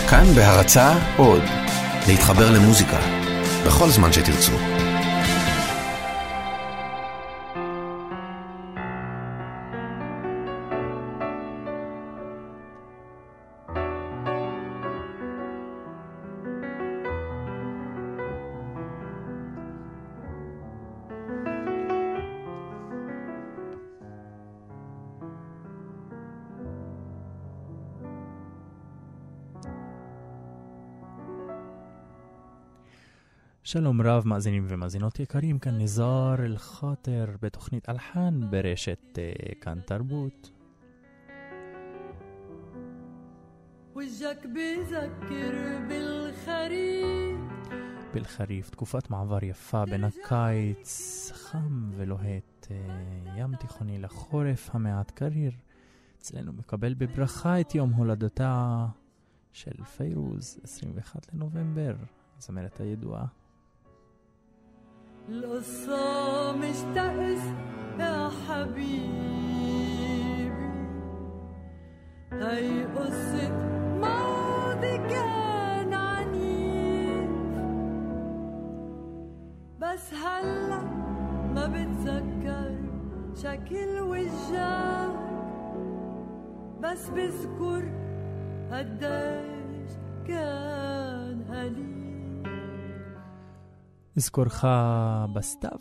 כאן בהרצאה עוד, להתחבר למוזיקה, בכל זמן שתרצו. שלום רב מאזינים ומאזינות יקרים, כאן נזר אל-חאטר בתוכנית אלחן ברשת כאן תרבות. وجهك بيذكر بالخريف بالخريف תקופת מעבר יפה בין הקיץ חם ולוהט ים תיכוני לחורף המעט קריר. אצלנו מקבל בברכה את יום הולדתה של פיירוז, 21 לנובמבר, הזמרת הידועה. القصة مش تأس يا حبيبي، هاي قصة ماضي كان عنيف، بس هلا ما بتذكر شكل وجهك، بس بذكر قديش كان قليل. אזכורך בסתיו.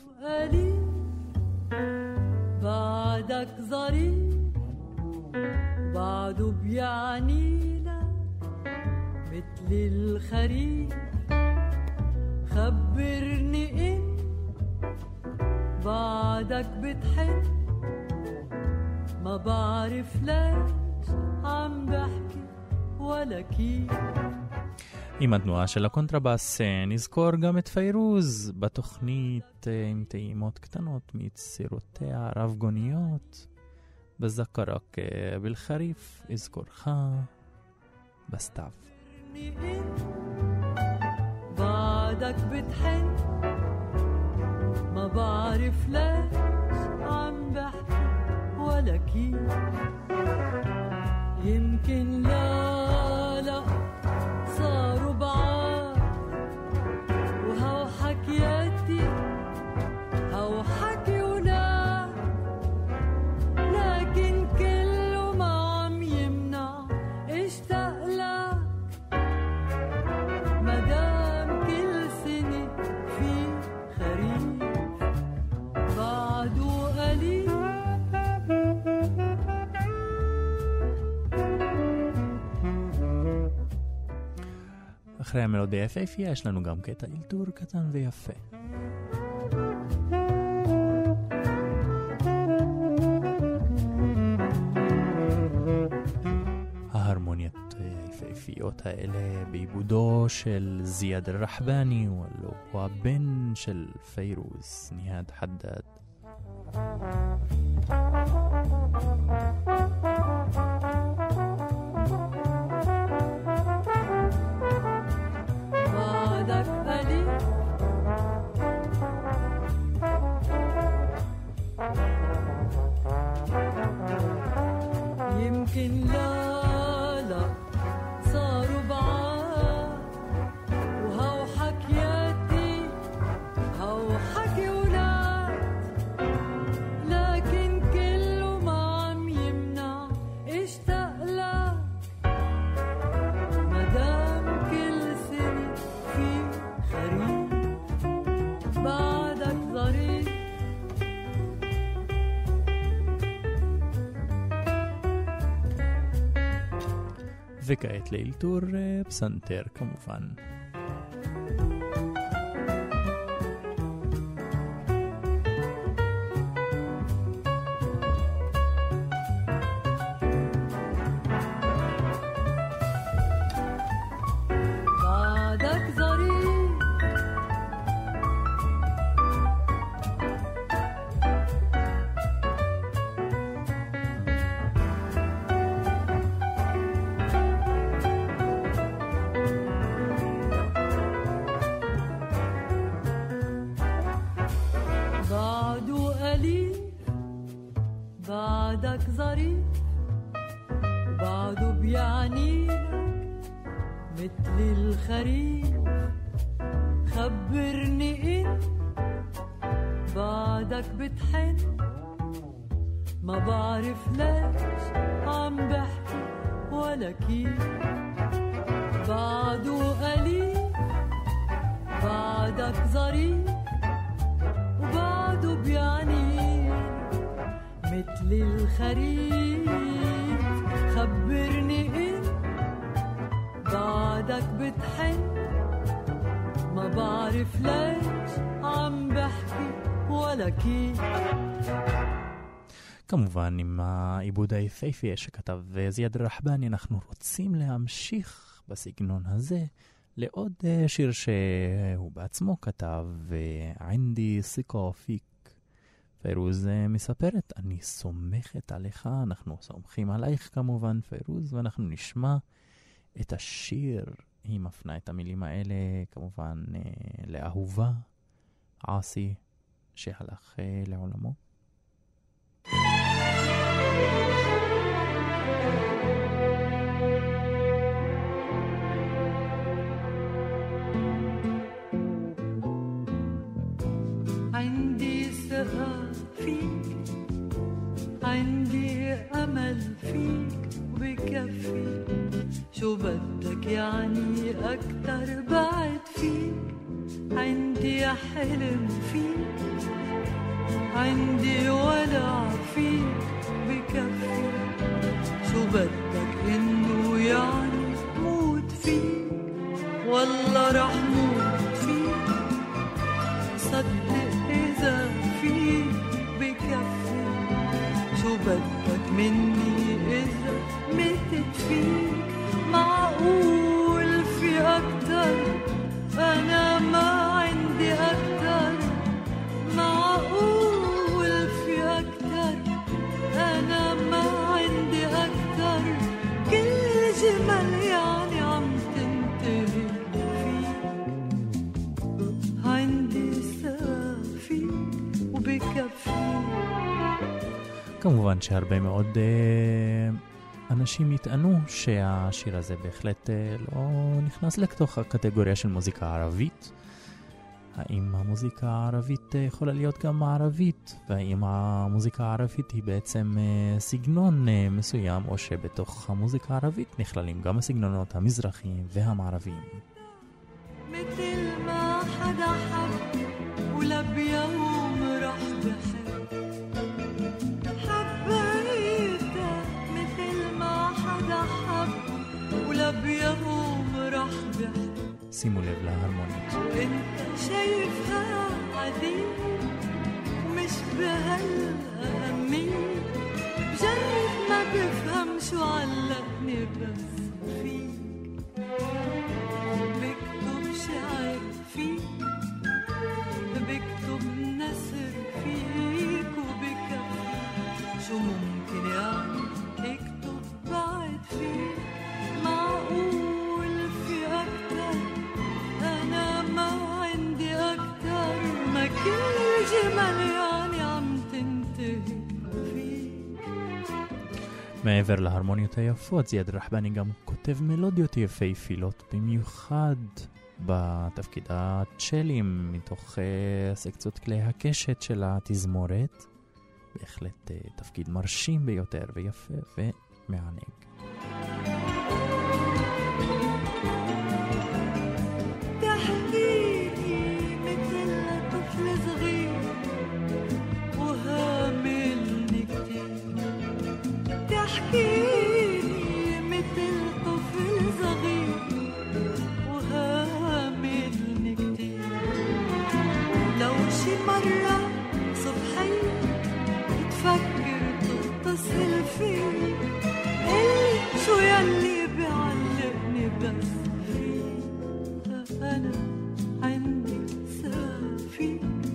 بعدك ظريف بعده بيعني لك مثل الخريف، خبرني إن بعدك بتحن، ما بعرف ليش عم بحكي ولا كيف. עם התנועה של הקונטרבס נזכור גם את פיירוז בתוכנית עם טעימות קטנות מיצירותיה הרב-גוניות. בזכרק בלחריף אזכורך בסתיו. بعدك بتحن، ما بعرف ليش عم بحكي ولا كيف، يمكن لا صاروا بعاد، وهو حكياتي هو حكي ونام، لكن كله ما عم يمنع اشتاق لك، مدام كل سنة في خريف بعده قليل. אחרי המלודיה יפהפייה יש לנו גם קטע אלתור קטן ויפה. ההרמוניות היפהפיות האלה בעיבודו של זיאד אל-רחבני, הוא הבן של פיירוז, ניהד חדד. يمكن لا صاروا بعاد، وهو حكياتي هو حكي ولاد، لكن كله ما عم يمنع اشتاق لك، مدام كل سنة في خريف بعدك ظريف. וכעת לאלתור פסנתר כמובן. بعدك ظريف الخريف خبرني إن بعدك بتحن ما بعرف ليش عم بحكي ولا كيف بعده قليل بعدك ظريف وبعده بيعني مثل الخريف خبرني إن بعدك بتحن ما بعرف ليش عم بحكي ولا كيف. כמובן עם העיבוד היפהפה שכתב זיאד רחבני אנחנו רוצים להמשיך בסגנון הזה לעוד שיר שהוא בעצמו כתב עינדי סיקו פיק. פיירוז מספרת אני סומכת עליך, אנחנו סומכים עלייך כמובן פיירוז, ואנחנו נשמע את השיר. היא מפנה את המילים האלה כמובן לאהובה עאסי שהלך לעולמו. عندي ثقة فيك عندي أمل فيك وبكفي شو بدك يعني أكتر بعد فيك عندي حلم فيك عندي ولع فيك بكفي شو بدك إنه يعني موت فيك والله رح موت فيك صدق إذا فيك بكفي شو بدك مني إذا متت فيك معقول في أكتر أنا ما عندي أكتر معقول في أكتر أنا ما عندي أكتر كل جمال يعني عم تنتهي فيك عندي سافي وبكفي. כמובן שהרבה מאוד אנשים יטענו שהשיר הזה בהחלט לא נכנס לתוך הקטגוריה של מוזיקה ערבית. האם המוזיקה הערבית יכולה להיות גם מערבית? והאם המוזיקה הערבית היא בעצם סגנון מסוים, או שבתוך המוזיקה הערבית נכללים גם הסגנונות המזרחיים והמערביים? مثل ما حدا حب ولا بيوم رح بحب حبيتك مثل ما حدا حب ولا بيوم رح بحب. שימו לב להרמונית. انت شايفها عادية مش بهالأهمية بجرب ما بفهم شو علقني بس فيك بكتب شعر فيك بكتب نثر فيك وبكفي شو ممكن يعني اكتب بعد فيك معقول في أكتر أنا ما عندي أكتر ما كل جمال يعني عم تنتهي فيك. מעבר להרמוניות היפות, זיאד רחבני גם כותב מלודיות יפהפיות, במיוחד בתפקיד הצ'לים מתוך סקציות כלי הקשת של התזמורת. בהחלט תפקיד מרשים ביותר ויפה ומענג. تحكيني مثل طفل صغير وهاملني كتير لو شي مرة صبحية تفكر تتصل فيي قلي شو يلي بيعلقني بس فيك أنا عندي سافي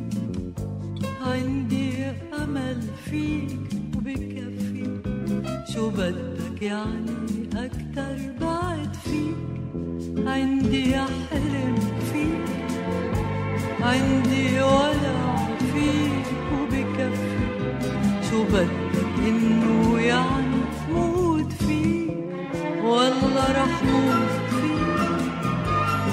عندي أمل فيك وبكفي شو بدك يعني أكتر بعد فيك عندي حلم فيك عندي ولع فيك وبكفي شو بدك إنه يعني موت فيك والله رح موت فيك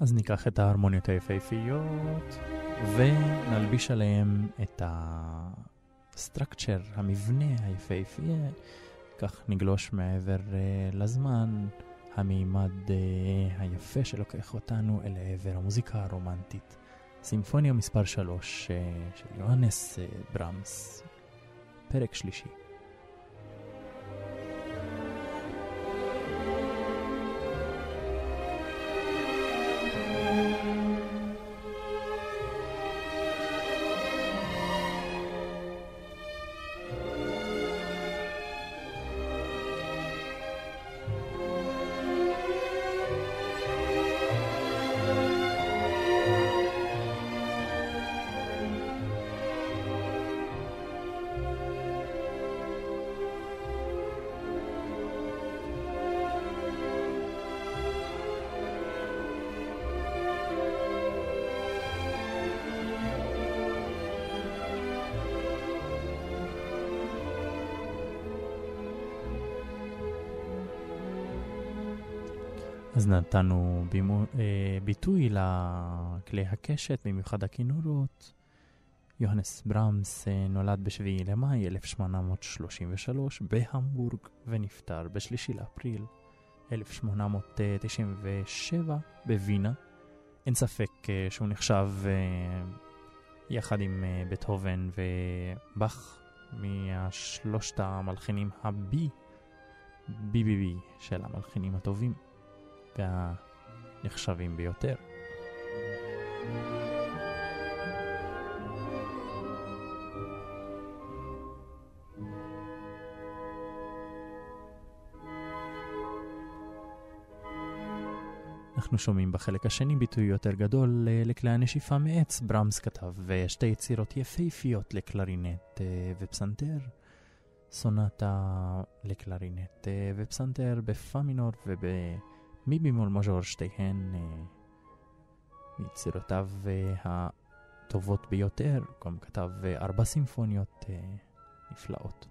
אז ניקח את ההרמוניות היפהפיות ונלביש עליהם את הסטרקצ'ר, המבנה היפהפי. כך נגלוש מעבר לזמן, המימד היפה שלוקח אותנו אל עבר המוזיקה הרומנטית. סימפוניה מספר 3 של יוהנס ברמס, פרק שלישי. אז נתנו ביטוי לכלי הקשת, במיוחד הכינורות. יוהנס ברמס נולד ב7 למאי 1833 בהמבורג ונפטר ב3 לאפריל 1897 בווינה. אין ספק שהוא נחשב יחד עם בטהובן ובאך מהשלושת המלחינים ה-BBB של המלחינים הטובים והנחשבים ביותר. אנחנו שומעים בחלק השני ביטוי יותר גדול לכלי הנשיפה מעץ. ברמס כתב שתי יצירות יפהפיות לקלרינט ופסנתר. סונטה לקלרינט ופסנתר בפא מינור מי בימול מז'ור, שתיהן מיצירותיו הטובות ביותר. גם כתב 4 סימפוניות נפלאות.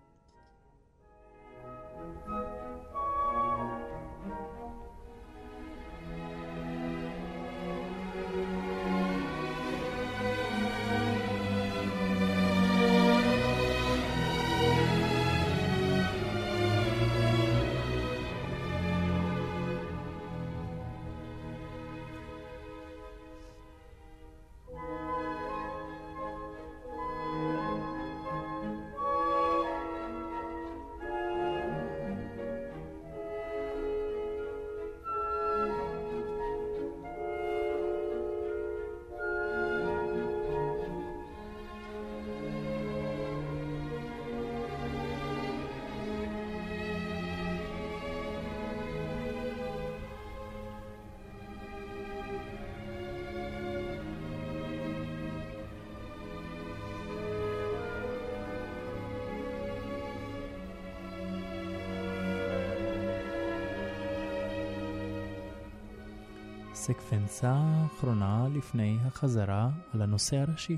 סקוונצה האחרונה לפני החזרה על הנושא הראשי.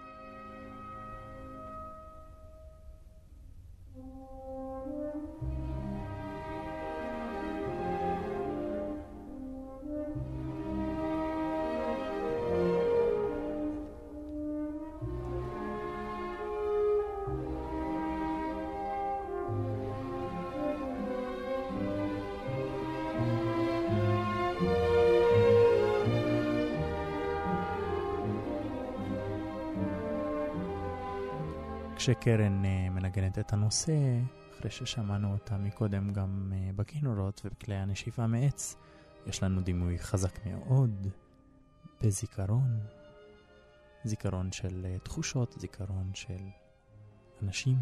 כשקרן מנגנת את הנושא, אחרי ששמענו אותה מקודם גם בכינורות ובכלי הנשיפה מעץ, יש לנו דימוי חזק מאוד בזיכרון, זיכרון של תחושות, זיכרון של אנשים.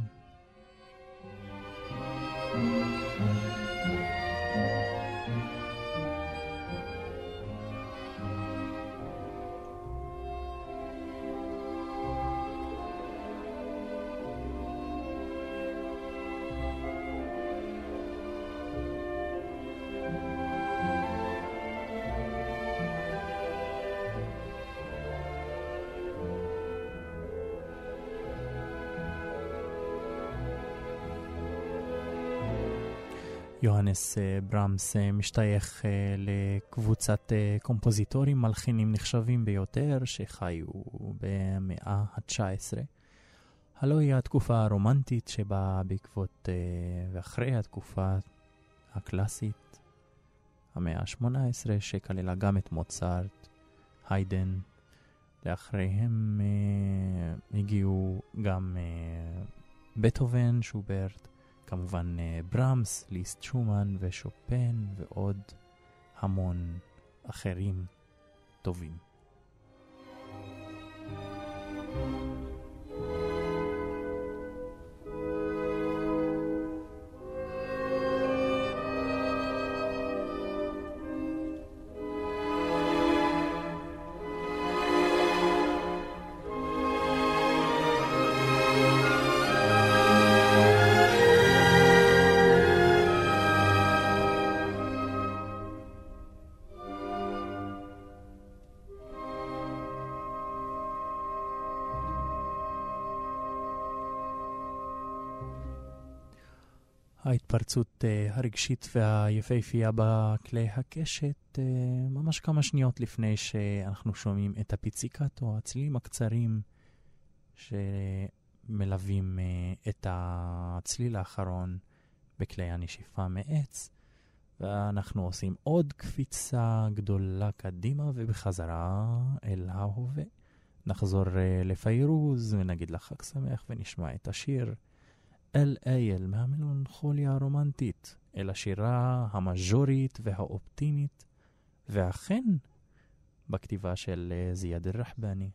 יוהנס ברמס משתייך לקבוצת קומפוזיטורים מלחינים נחשבים ביותר שחיו במאה ה-19. הלוא היא התקופה הרומנטית שבאה בעקבות ואחרי התקופה הקלאסית, המאה ה-18, שכללה גם את מוצרט, היידן. לאחריהם הגיעו גם בטהובן, שוברט, כמובן ברמס, ליסט, שומן ושופן ועוד המון אחרים טובים. ההתפרצות הרגשית והיפהפייה בכלי הקשת ממש כמה שניות לפני שאנחנו שומעים את הפיציקטו, הצלילים הקצרים שמלווים את הצליל האחרון בכלי הנשיפה מעץ, ואנחנו עושים עוד קפיצה גדולה קדימה ובחזרה אל ההווה. נחזור לפיירוז ונגיד לך חג שמח ונשמע את השיר אל אייל מהמלנכוליה הרומנטית אל השירה המז'ורית והאופטימית, ואכן בכתיבה של זיאד אל-רחבני.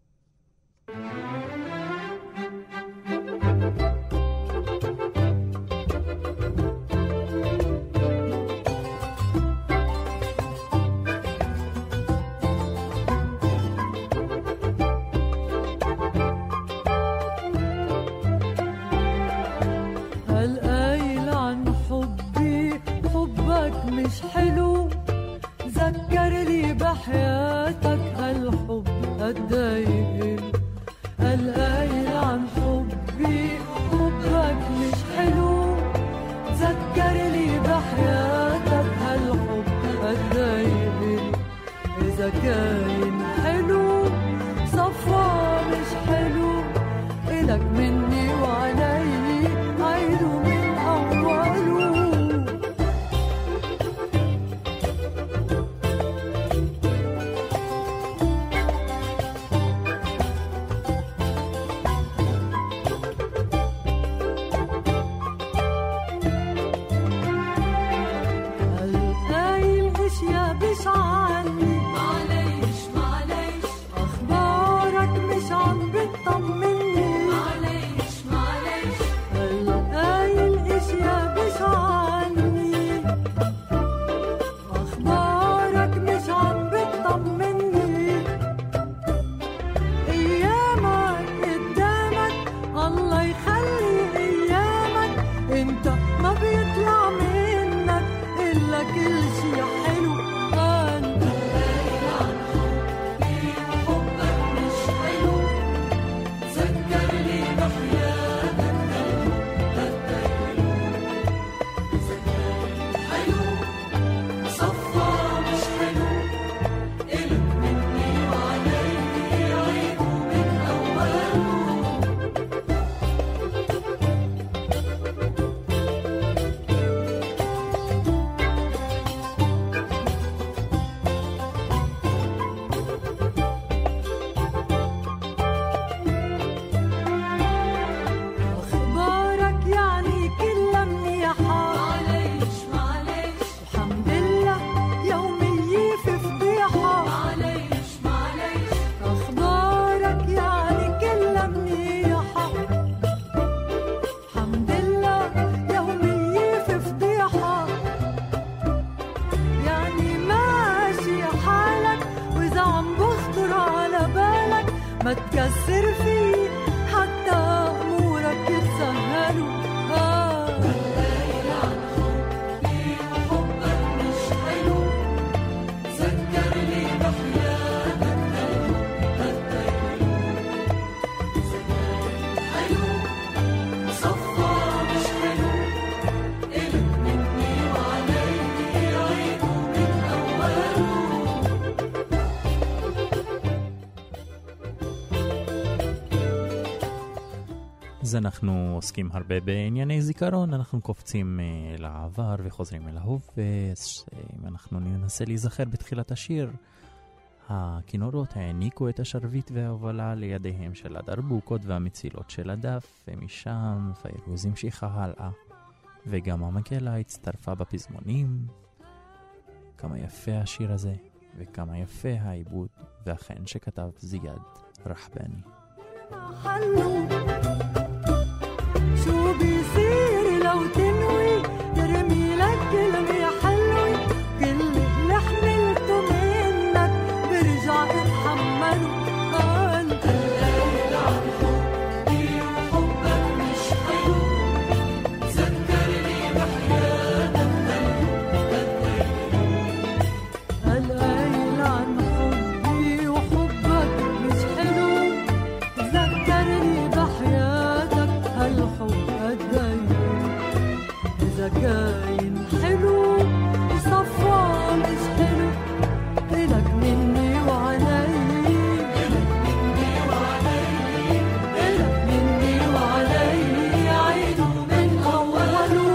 مش حلو ذكر لي بحياتك هالحب قدايق قلقان عن حبي حبك مش حلو ذكر لي بحياتك هالحب قدايق إذا كان حلو صفا مش حلو إلك مني وعلي عيدو من أوله. ما تكسر فيه حتى أمورك يتسهلوا. الليل عن حبي حبك مش حلو ذكر لي بحياتك حلو صفا مش حلو إلك مني אז אנחנו עוסקים הרבה בענייני זיכרון, אנחנו קופצים לעבר וחוזרים אל ההווה. אם אנחנו ננסה להיזכר בתחילת השיר, הכינורות העניקו את השרביט וההובלה לידיהם של הדרבוקות והמצילות של הדף, ומשם פיירוז המשיכה הלאה, וגם המקהלה הצטרפה בפזמונים. כמה יפה השיר הזה, וכמה יפה העיבוד, ואכן שכתב זיאד רחבני. شو بيصير لو تنوي ترمي لك كلمة حلوة كل اللي حملته منك برجع اتحمله قال الليل عن حبي وحبك مش حلو ذكرني بحياتك الليل عن حبي وحبك مش حلو ذكرني بحياتك هالحب قدي إذا كاين حلو وصفى مش حلو إلك مني وعلي إلك مني وعلي إلك مني وعلي عيدوا من أوله.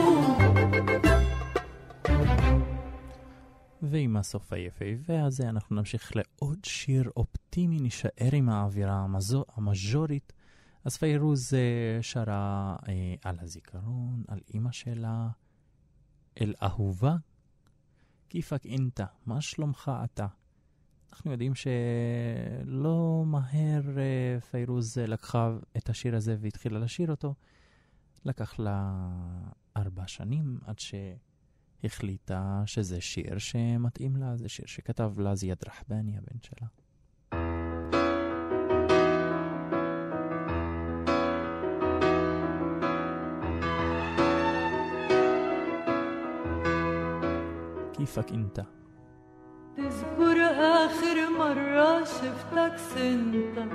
ועם הסוף היפהפה הזה אנחנו נמשיך לעוד שיר אופטימי, נשאר עם האווירה המז'ורית. אז פיירוז שרה על הזיכרון, על אמא שלה, אל אהובה, כיפק אינתה, מה שלומך אתה? אנחנו יודעים שלא מהר פיירוז לקחה את השיר הזה והתחילה לשיר אותו. לקח לה 4 שנים עד שהחליטה שזה שיר שמתאים לה, זה שיר שכתב לה זיאד רחבני, הבן שלה. كيفك انت تذكر آخر مرة شفتك سنتا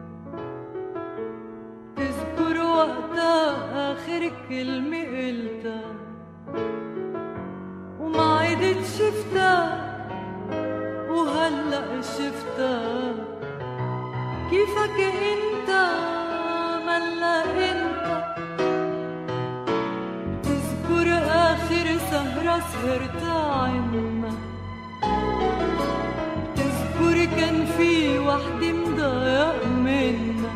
تذكر وقتها آخر كلمة قلتها وما عدت شفتها وهلأ شفتها كيفك انت ملا انت تذكر آخر سهرة سهرتها عنا تذكر كان في وحدة مضايق منا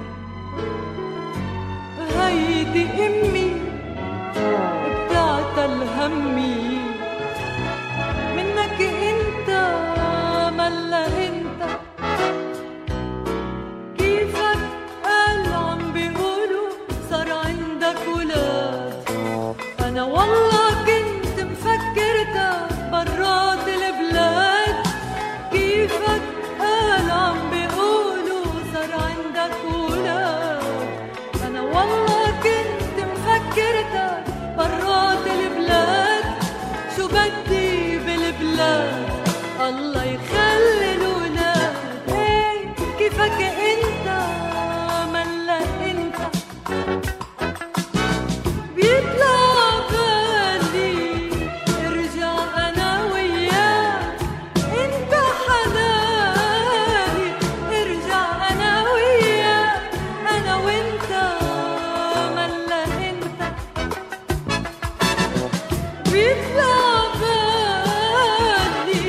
هيدي أمي بتاعت الهمي منك انت ملا انت كيفك قال عم بيقولوا صار عندك ولاد أنا والله كنت مفكرتك برات البلاد كيفك قال عم بيقولوا صار عندك ولاد أنا والله كنت مفكرتك برات البلاد شو بدي بالبلاد الله يخلي الولاد ايه كيفك انت ملا انت بيطلع بالي ارجع انا وياك انت حناني ارجع انا وياك انا وانت ملا انت بيطلع بالي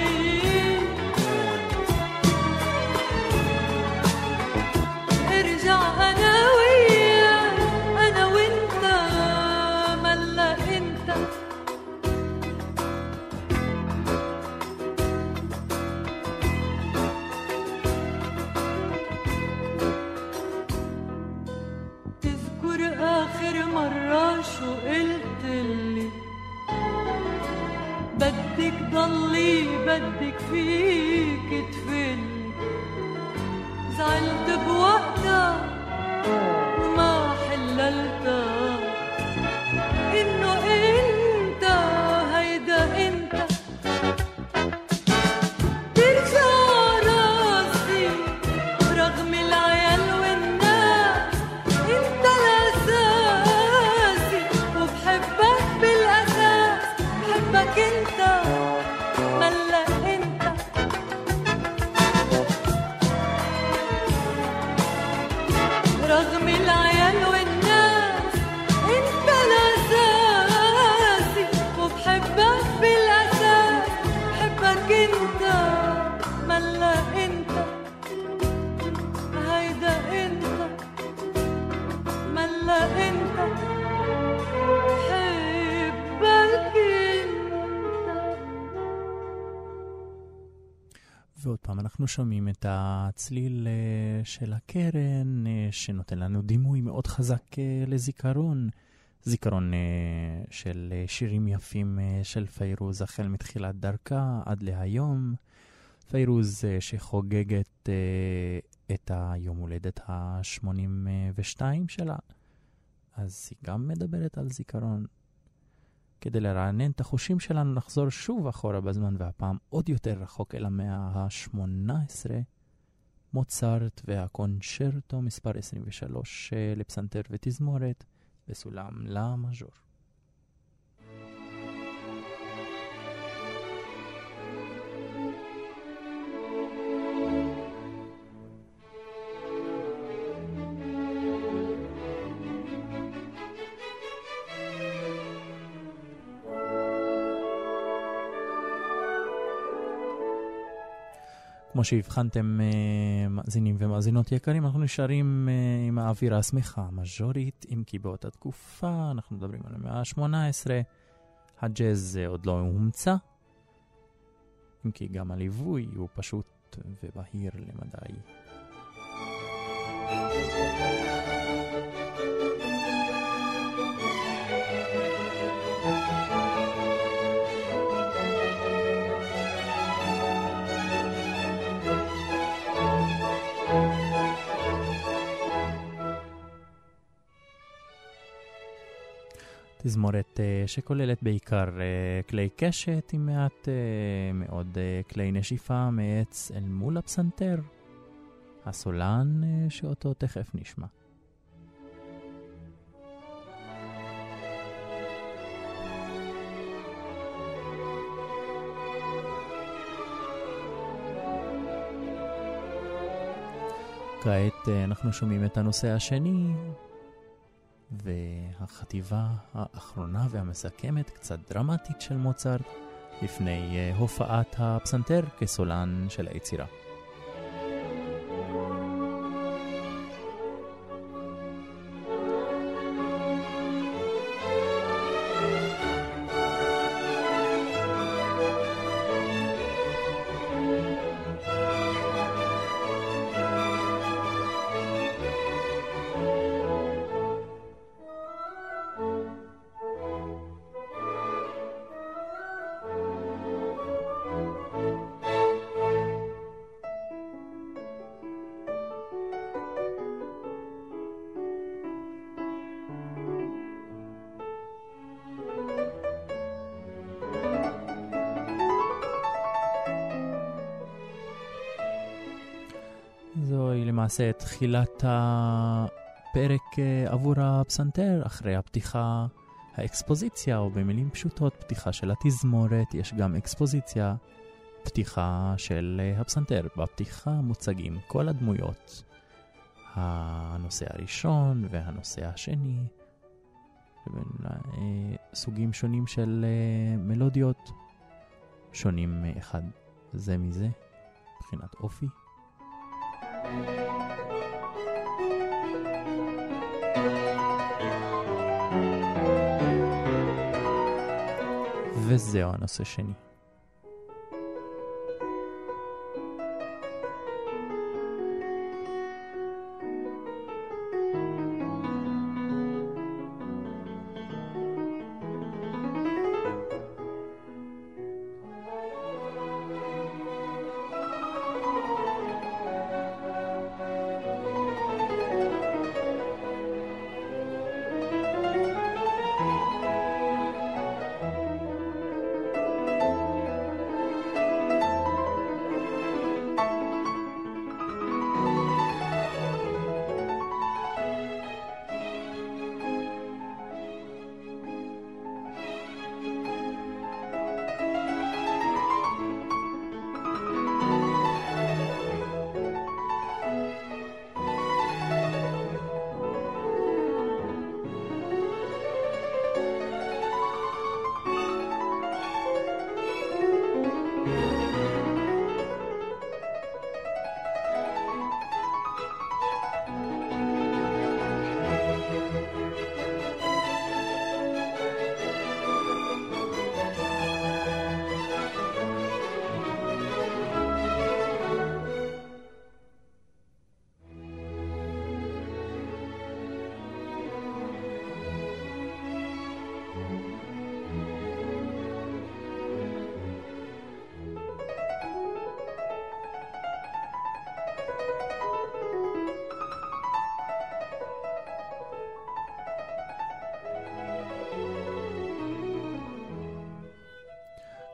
ارجع انا وياك انا وانت ملا انت تذكر آخر مرة شو قلتلي بدك ضلي بدك فيك تفلي زعلت بوقتها وما حللتها إنه أنت هيدا أنت ترجع راسي رغم العيال والناس أنت الأساسي وبحبك بالأساس بحبك أنت ملا أنت אנחנו שומעים את הצליל של הקרן, שנותן לנו דימוי מאוד חזק לזיכרון. זיכרון של שירים יפים של פיירוז החל מתחילת דרכה עד להיום. פיירוז שחוגגת את היום הולדת ה-82 שלה. אז היא גם מדברת על זיכרון. כדי לרענן את החושים שלנו נחזור שוב אחורה בזמן, והפעם עוד יותר רחוק אל המאה ה-18. מוצרט והקונצ'רטו מספר 23 לפסנתר ותזמורת בסולם לה מז'ור. כמו שהבחנתם מאזינים ומאזינות יקרים, אנחנו נשארים עם האווירה השמחה המז'ורית, אם כי באותה תקופה, אנחנו מדברים על המאה ה-18, הג'אז עוד לא הומצא, אם כי גם הליווי הוא פשוט ובהיר למדי. תזמורת שכוללת בעיקר כלי קשת עם מעט מאוד כלי נשיפה מעץ אל מול הפסנתר, הסולן שאותו תכף נשמע. כעת אנחנו שומעים את הנושא השני, והחטיבה האחרונה והמסכמת קצת דרמטית של מוצרט לפני הופעת הפסנתר כסולן של היצירה. זוהי למעשה תחילת הפרק עבור הפסנתר, אחרי הפתיחה, האקספוזיציה, או במילים פשוטות, פתיחה של התזמורת, יש גם אקספוזיציה, פתיחה של הפסנתר. בפתיחה מוצגים כל הדמויות, הנושא הראשון והנושא השני, סוגים שונים של מלודיות, שונים אחד זה מזה, מבחינת אופי. וזהו הנושא שני.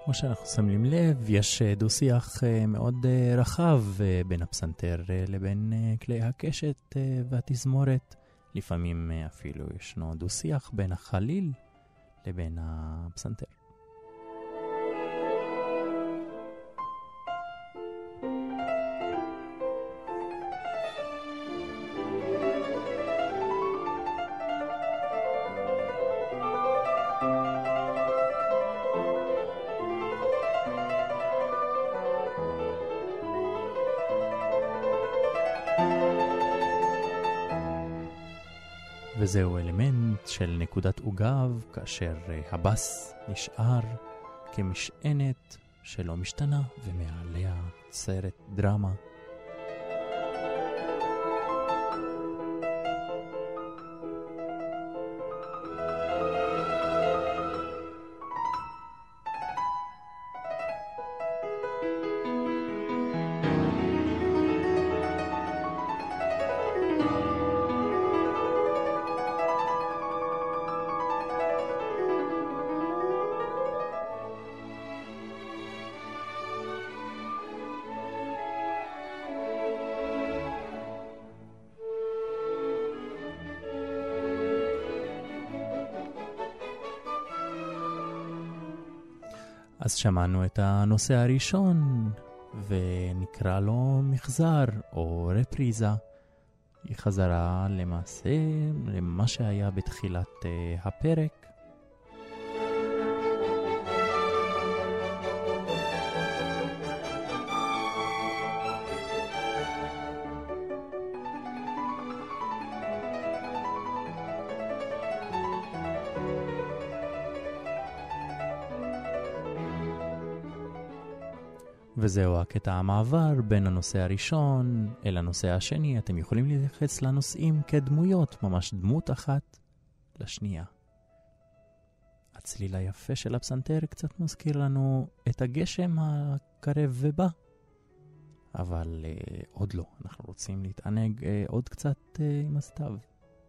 כמו שאנחנו שמים לב, יש דו-שיח מאוד רחב בין הפסנתר לבין כלי הקשת והתזמורת. לפעמים אפילו ישנו דו-שיח בין החליל לבין הפסנתר. וזהו אלמנט של נקודת עוגב, כאשר הבס נשאר כמשענת שלא משתנה ומעליה צרת דרמה. אז שמענו את הנושא הראשון, ונקרא לו מחזר או רפריזה. היא חזרה למעשה למה שהיה בתחילת הפרק. וזהו הקטע המעבר בין הנושא הראשון אל הנושא השני. אתם יכולים להתייחס לנושאים כדמויות, ממש דמות אחת לשנייה. הצליל היפה של הפסנתר קצת מזכיר לנו את הגשם הקרב ובא. אבל עוד לא, אנחנו רוצים להתענג עוד קצת עם הסתיו.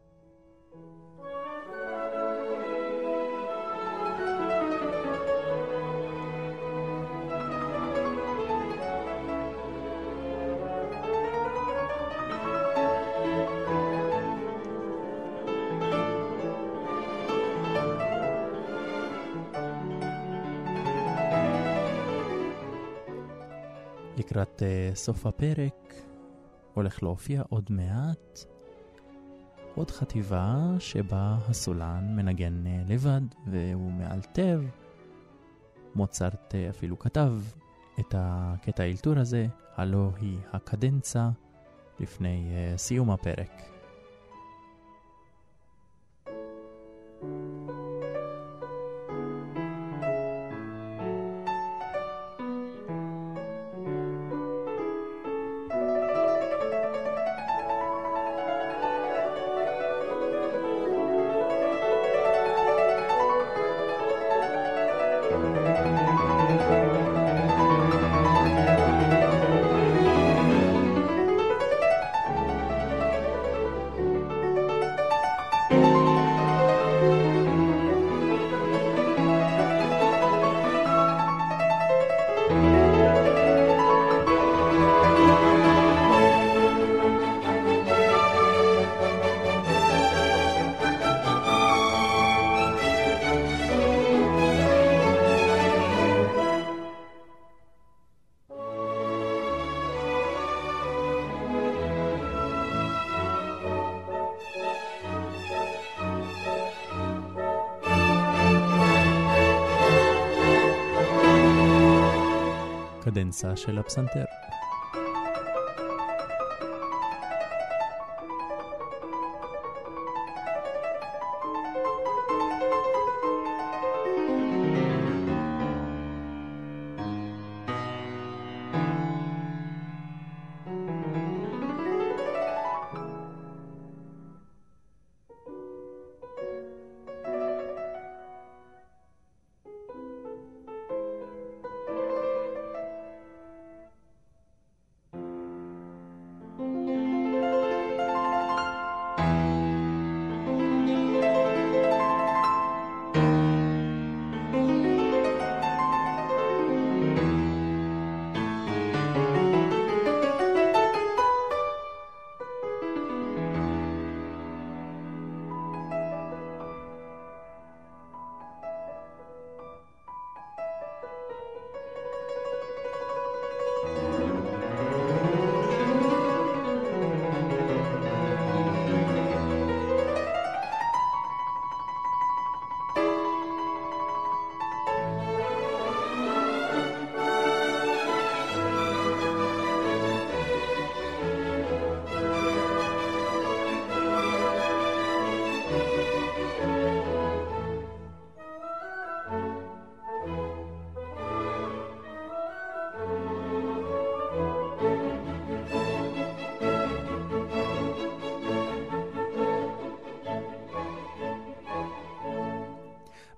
לקראת סוף הפרק הולך להופיע עוד מעט עוד חטיבה שבה הסולן מנגן לבד והוא מאלתר. מוצרט אפילו כתב את הקטע האלתור הזה, הלא היא הקדנצה לפני סיום הפרק. קדנצה של הפסנתר.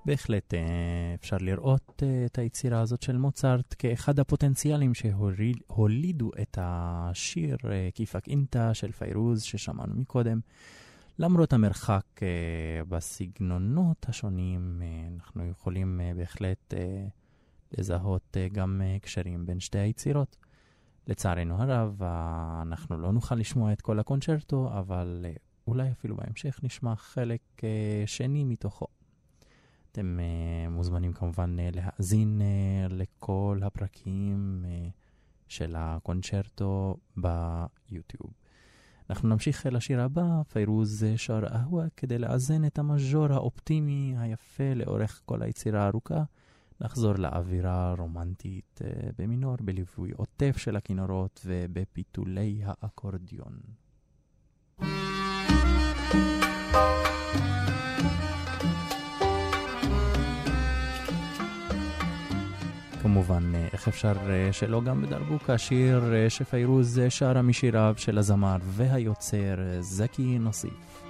בהחלט אפשר לראות את היצירה הזאת של מוצרט כאחד הפוטנציאלים שהולידו את השיר כיפק אינטה של פיירוז ששמענו מקודם. למרות המרחק בסגנונות השונים, אנחנו יכולים בהחלט לזהות גם קשרים בין שתי היצירות. לצערנו הרב, אנחנו לא נוכל לשמוע את כל הקונצ'רטו, אבל אולי אפילו בהמשך נשמע חלק שני מתוכו. אתם מוזמנים כמובן להאזין לכל הפרקים של הקונצ'רטו ביוטיוב. אנחנו נמשיך לשיר הבא, פיירוז שר אהווה, כדי לאזן את המז'ור האופטימי היפה לאורך כל היצירה הארוכה. נחזור לאווירה רומנטית במינור, בליווי עוטף של הכינורות ובפיתולי האקורדיון. כמובן, איך אפשר שלא גם בדרבוקה, שיר שפיירוז שרה משיריו של הזמר והיוצר זקי נוסיף.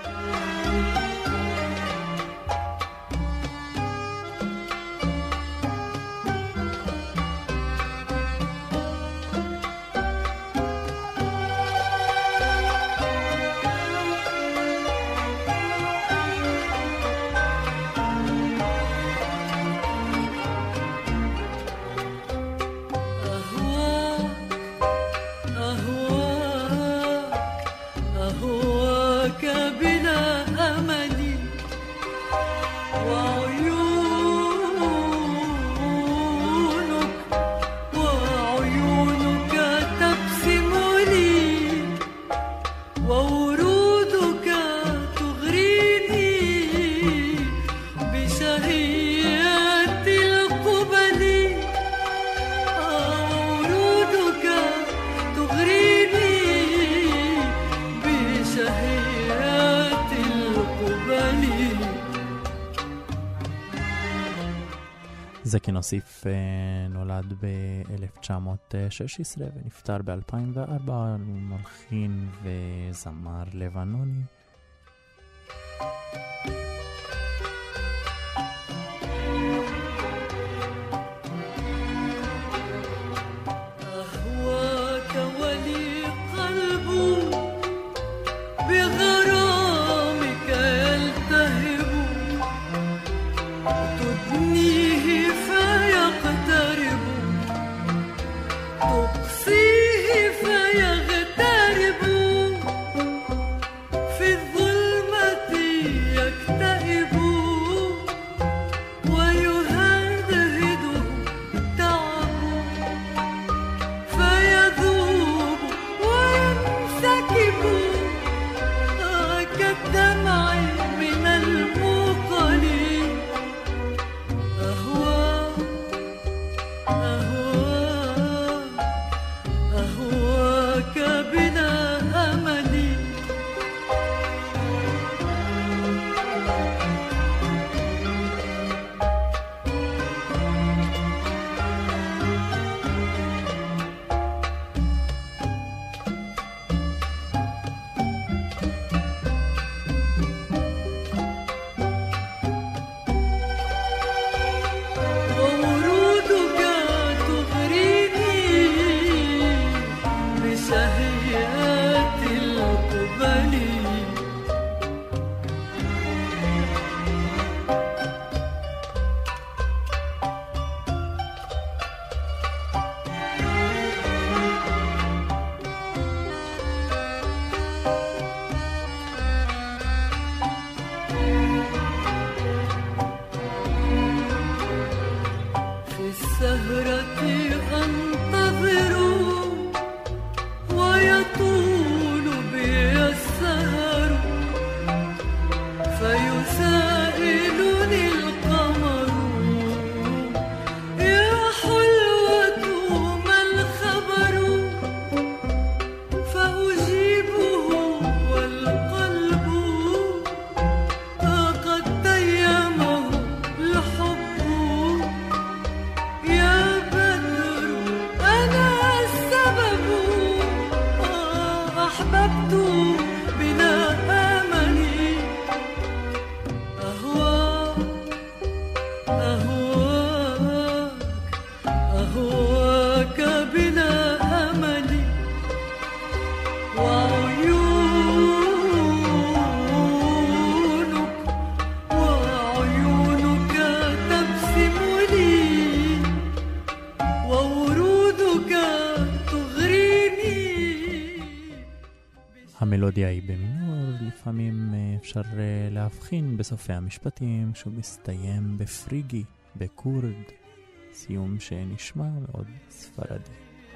זקי נוסיף נולד ב-1916 ונפטר ב-2004, מלחין וזמר לבנוני. ويطول بي המלודיה היא במינור, לפעמים אפשר להבחין בסופי המשפטים שהוא מסתיים בפריגי, בקורד, סיום שנשמע מאוד ספרדי.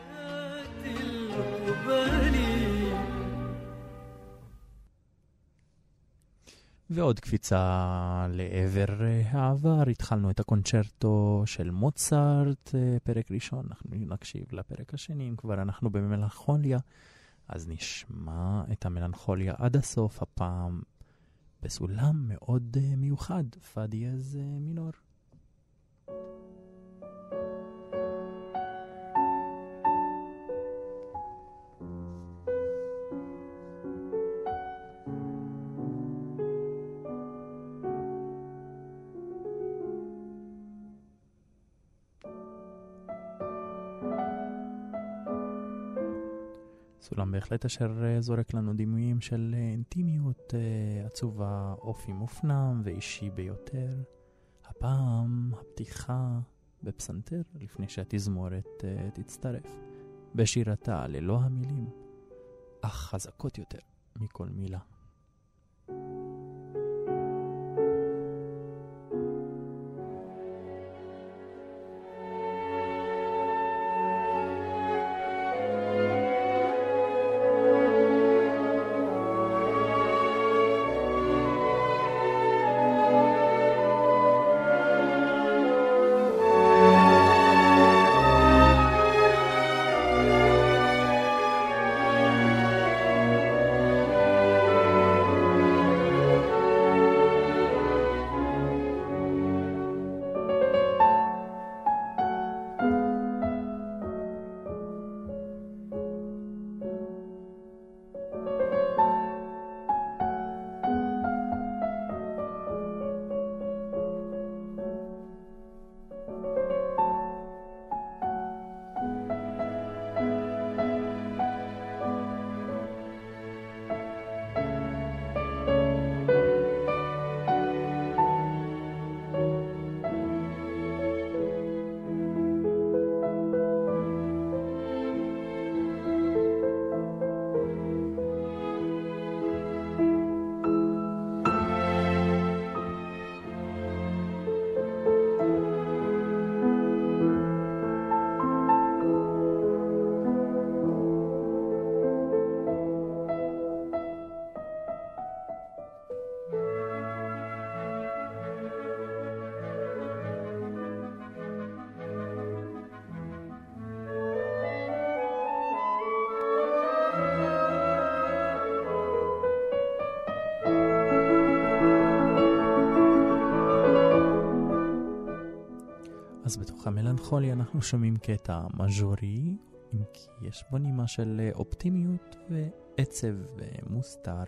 ועוד קפיצה לעבר העבר, התחלנו את הקונצ'רטו של מוצרט, פרק ראשון, אנחנו נקשיב לפרק השני, אם כבר אנחנו במלנכוליה, אז נשמע את המלנכוליה עד הסוף, הפעם בסולם מאוד מיוחד, פא דיאז מינור. סולם בהחלט אשר זורק לנו דימויים של אינטימיות עצובה, אופי מופנם ואישי ביותר. הפעם הפתיחה בפסנתר לפני שהתזמורת תצטרף. בשירתה ללא המילים, אך חזקות יותר מכל מילה. אז בתוך המלנכוליה אנחנו שומעים קטע מז'ורי, אם כי יש בו נימה של אופטימיות ועצב ומוסתר.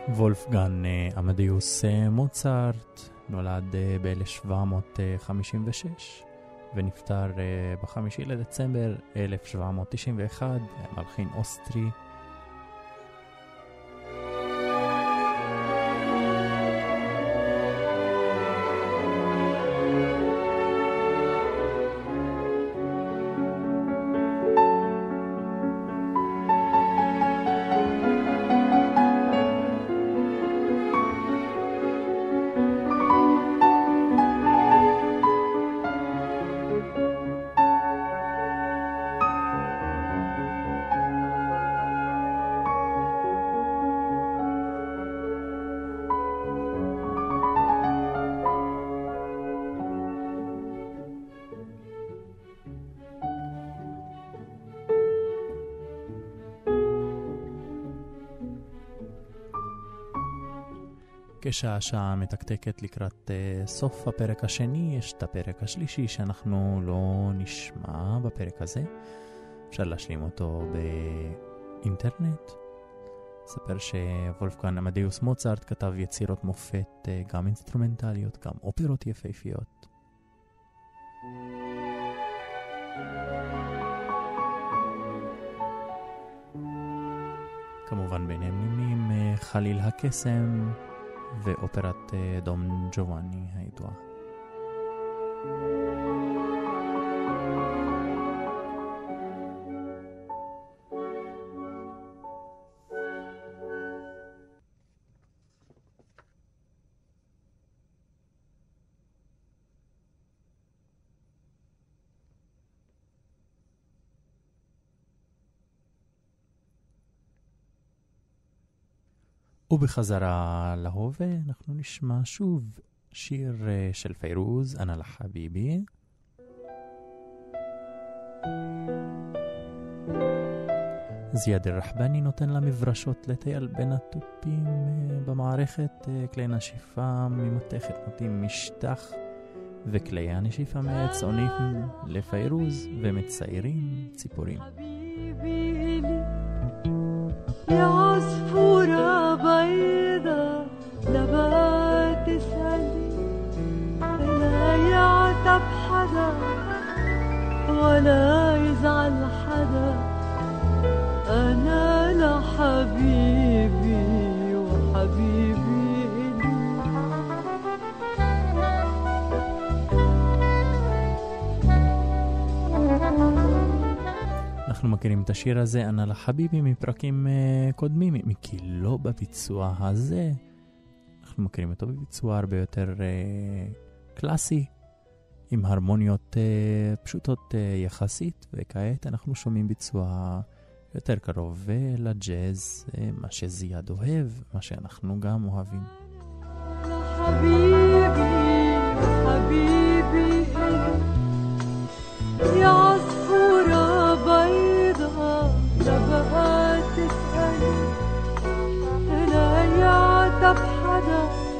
וולפגן עמדיוס מוצרט נולד ב-1756 ונפטר ב-5 לדצמבר 1791, מלחין אוסטרי. כשהשעה מתקתקת לקראת סוף הפרק השני, יש את הפרק השלישי שאנחנו לא נשמע בפרק הזה. אפשר להשלים אותו באינטרנט. אספר שוולפגן עמדיוס מוצרט כתב יצירות מופת, גם אינסטרומנטליות, גם אופרות יפהפיות. כמובן ביניהם נמנים חליל הקסם ואופרת דון ג'ובאני הידועה. ובחזרה להווה אנחנו נשמע שוב שיר של פיירוז, אנה לחביבי. זיאד אל-רחבני נותן לה מברשות לטייל בין הטופים במערכת. כלי נשיפה ממתכת נותנים משטח, וכלי הנשיפה מעץ עונים לפיירוז ומציירים ציפורים. يا عصفورة بيضة لما تسألي لا يعتب حدا ولا يزعل حدا أنا لحبيبي وحبيبي אנחנו מכירים את השיר הזה, אנה לחביבי, מפרקים קודמים, כי לא בביצוע הזה. אנחנו מכירים אותו בביצוע הרבה יותר קלאסי, עם הרמוניות פשוטות יחסית, וכעת אנחנו שומעים ביצוע יותר קרוב לג'אז, מה שזיאד אוהב, מה שאנחנו גם אוהבים. حبيبي حبيبي يا عصفورة بيضة لبقى تسألي لا يعتب حدا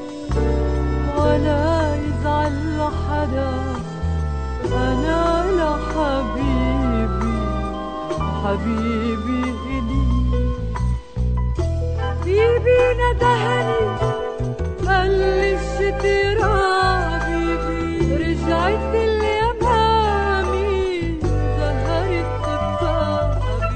ولا يزعل حدا أنا لحبيبي حبيبي إلي بيبي ندهني قال لي الشتيرة بيبي رجعت اليمامي ظهرت تبقى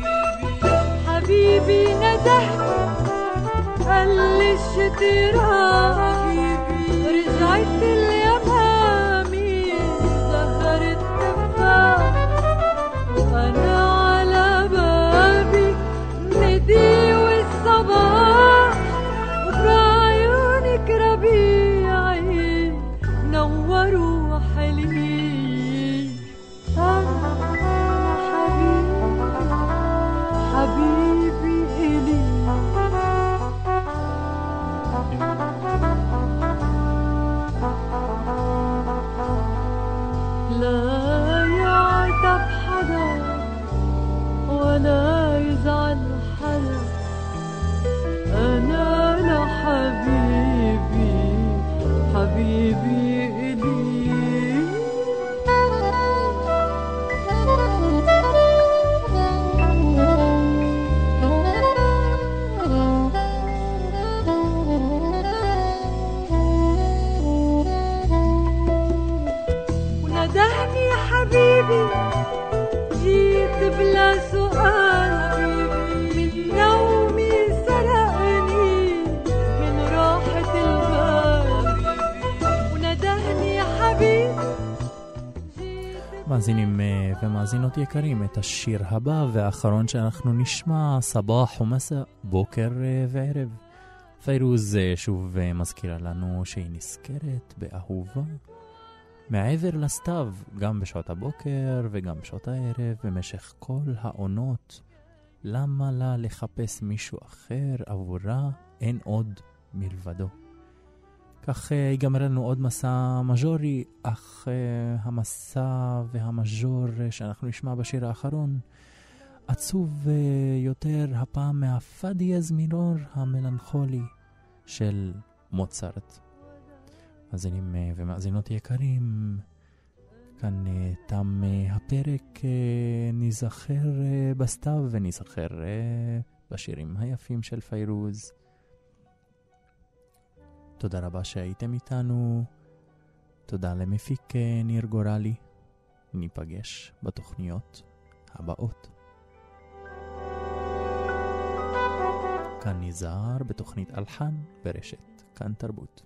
حبيبي ندهني قال لي الشتيرة بيبي رجعت اليمامي ظهرت تبقى وأنا على بابي ندي والصباح وبعيونك ربيعي نوروا حليل أنا حبيبي حبيبي إلي لا يعتب حدا ولا يزعل حدا أنا لحبيبي حبيبي إلي מאזינים ומאזינות יקרים, את השיר הבא והאחרון שאנחנו נשמע, סבאח ומסע, בוקר וערב. פיירוז שוב מזכירה לנו שהיא נזכרת באהובה מעבר לסתיו, גם בשעות הבוקר וגם בשעות הערב, במשך כל העונות. למה לה לחפש מישהו אחר? עבורה אין עוד מלבדו. כך ייגמר לנו עוד מסע מז'ורי, אך המסע והמז'ור שאנחנו נשמע בשיר האחרון עצוב יותר הפעם מהפה דיאז מינור המלנכולי של מוצרט. מאזינים ומאזינות יקרים, כאן תם הפרק, נזכר בסתיו ונזכר בשירים היפים של פיירוז. תודה רבה שהייתם איתנו, תודה למפיק ניר גורלי, ניפגש בתוכניות הבאות. כאן נזהר בתוכנית אלחן ברשת כאן תרבות.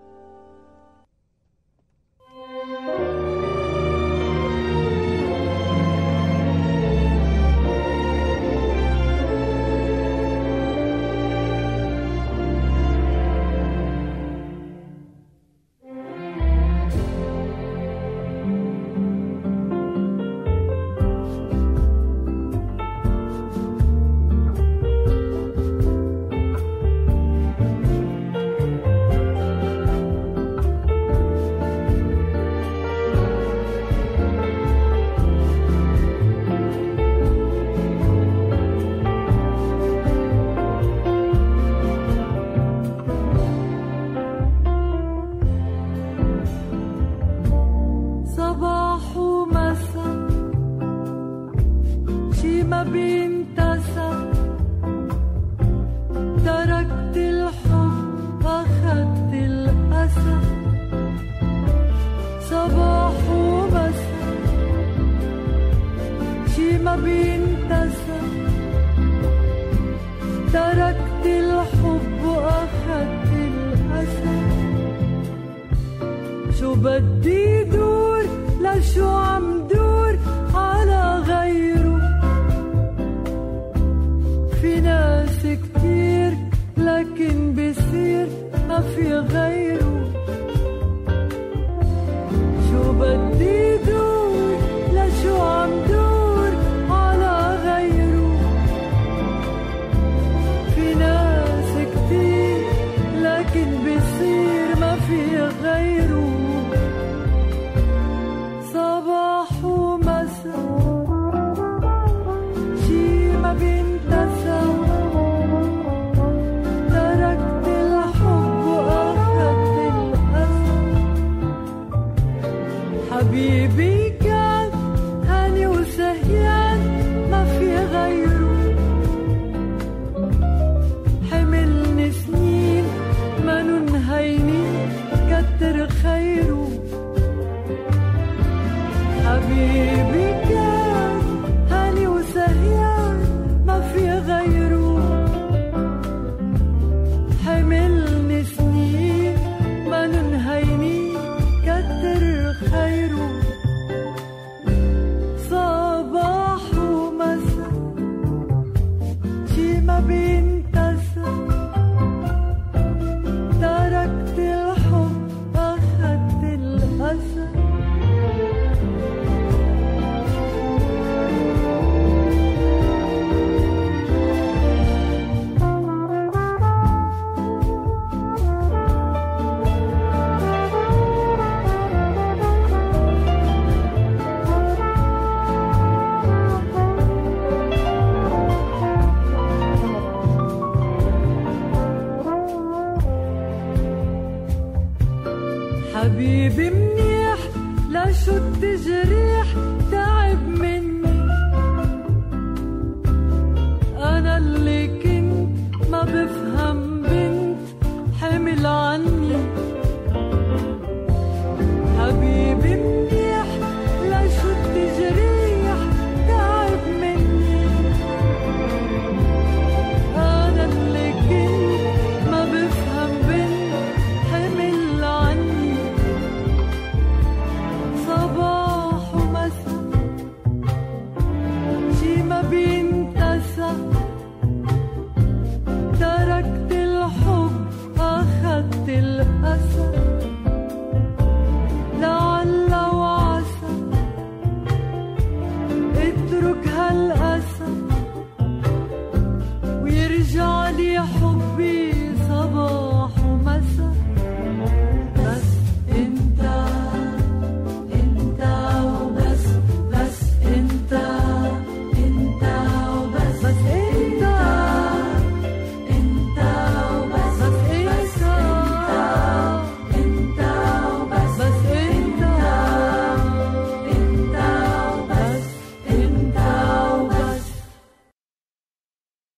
حبيبي منيح لا شو التجريح تعب مني أنا اللي كنت ما بفهم